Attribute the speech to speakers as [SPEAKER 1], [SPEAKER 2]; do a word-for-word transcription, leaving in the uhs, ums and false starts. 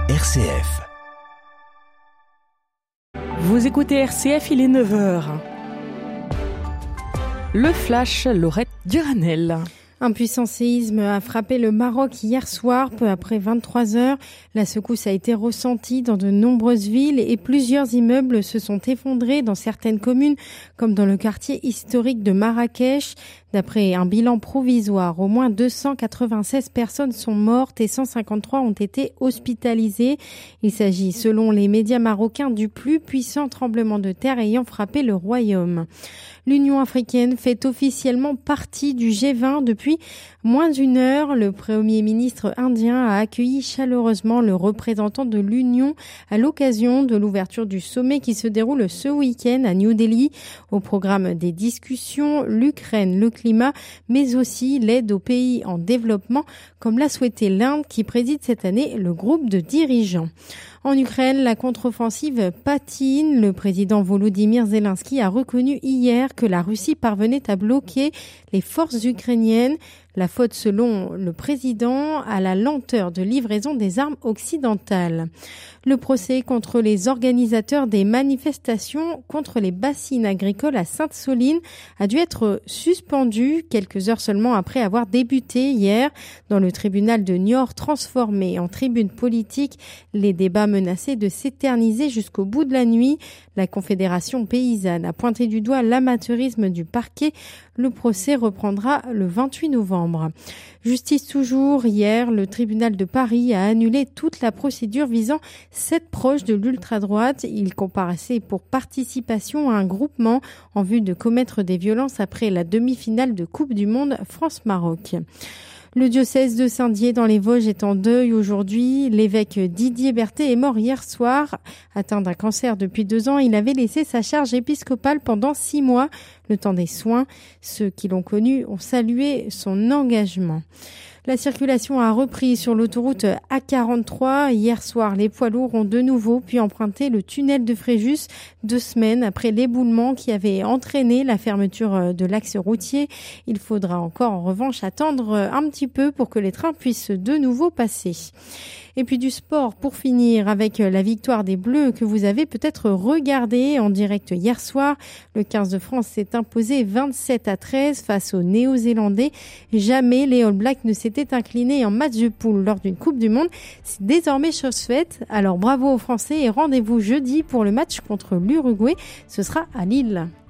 [SPEAKER 1] R C F.
[SPEAKER 2] Vous écoutez R C F, il est neuf heures. Le flash, Laurette Duranel.
[SPEAKER 3] Un puissant séisme a frappé le Maroc hier soir, peu après vingt-trois heures. La secousse a été ressentie dans de nombreuses villes et plusieurs immeubles se sont effondrés dans certaines communes, comme dans le quartier historique de Marrakech. D'après un bilan provisoire, au moins deux cent quatre-vingt-seize personnes sont mortes et cent cinquante-trois ont été hospitalisées. Il s'agit, selon les médias marocains, du plus puissant tremblement de terre ayant frappé le royaume. L'Union africaine fait officiellement partie du G vingt depuis moins d'une heure. Le Premier ministre indien a accueilli chaleureusement le représentant de l'Union à l'occasion de l'ouverture du sommet qui se déroule ce week-end à New Delhi. Au programme des discussions, l'Ukraine, le climat, mais aussi l'aide aux pays en développement, comme l'a souhaité l'Inde qui préside cette année le groupe de dirigeants. En Ukraine, la contre-offensive patine. Le président Volodymyr Zelensky a reconnu hier que la Russie parvenait à bloquer les forces ukrainiennes. La faute, selon le président, à la lenteur de livraison des armes occidentales. Le procès contre les organisateurs des manifestations contre les bassines agricoles à Sainte-Soline a dû être suspendu quelques heures seulement après avoir débuté hier dans le tribunal de Niort, transformé en tribune politique. Les débats menaçaient de s'éterniser jusqu'au bout de la nuit. La Confédération paysanne a pointé du doigt l'amateurisme du parquet. Le procès reprendra le vingt-huit novembre. Justice toujours. Hier, le tribunal de Paris a annulé toute la procédure visant sept proches de l'ultra-droite. Ils comparaissaient pour participation à un groupement en vue de commettre des violences après la demi-finale de Coupe du Monde France-Maroc. Le diocèse de Saint-Dié dans les Vosges est en deuil aujourd'hui. L'évêque Didier Berthet est mort hier soir. Atteint d'un cancer depuis deux ans, il avait laissé sa charge épiscopale pendant six mois, le temps des soins. Ceux qui l'ont connu ont salué son engagement. La circulation a repris sur l'autoroute A quarante-trois. Hier soir, les poids lourds ont de nouveau pu emprunter le tunnel de Fréjus deux semaines après l'éboulement qui avait entraîné la fermeture de l'axe routier. Il faudra encore en revanche attendre un petit peu pour que les trains puissent de nouveau passer. Et puis du sport pour finir avec la victoire des Bleus que vous avez peut-être regardé en direct hier soir. Le quinze de France s'est imposé vingt-sept à treize face aux Néo-Zélandais. Jamais les All Blacks ne s'étaient inclinés en match de poule lors d'une Coupe du Monde. C'est désormais chose faite. Alors bravo aux Français et rendez-vous jeudi pour le match contre l'Uruguay. Ce sera à Lille.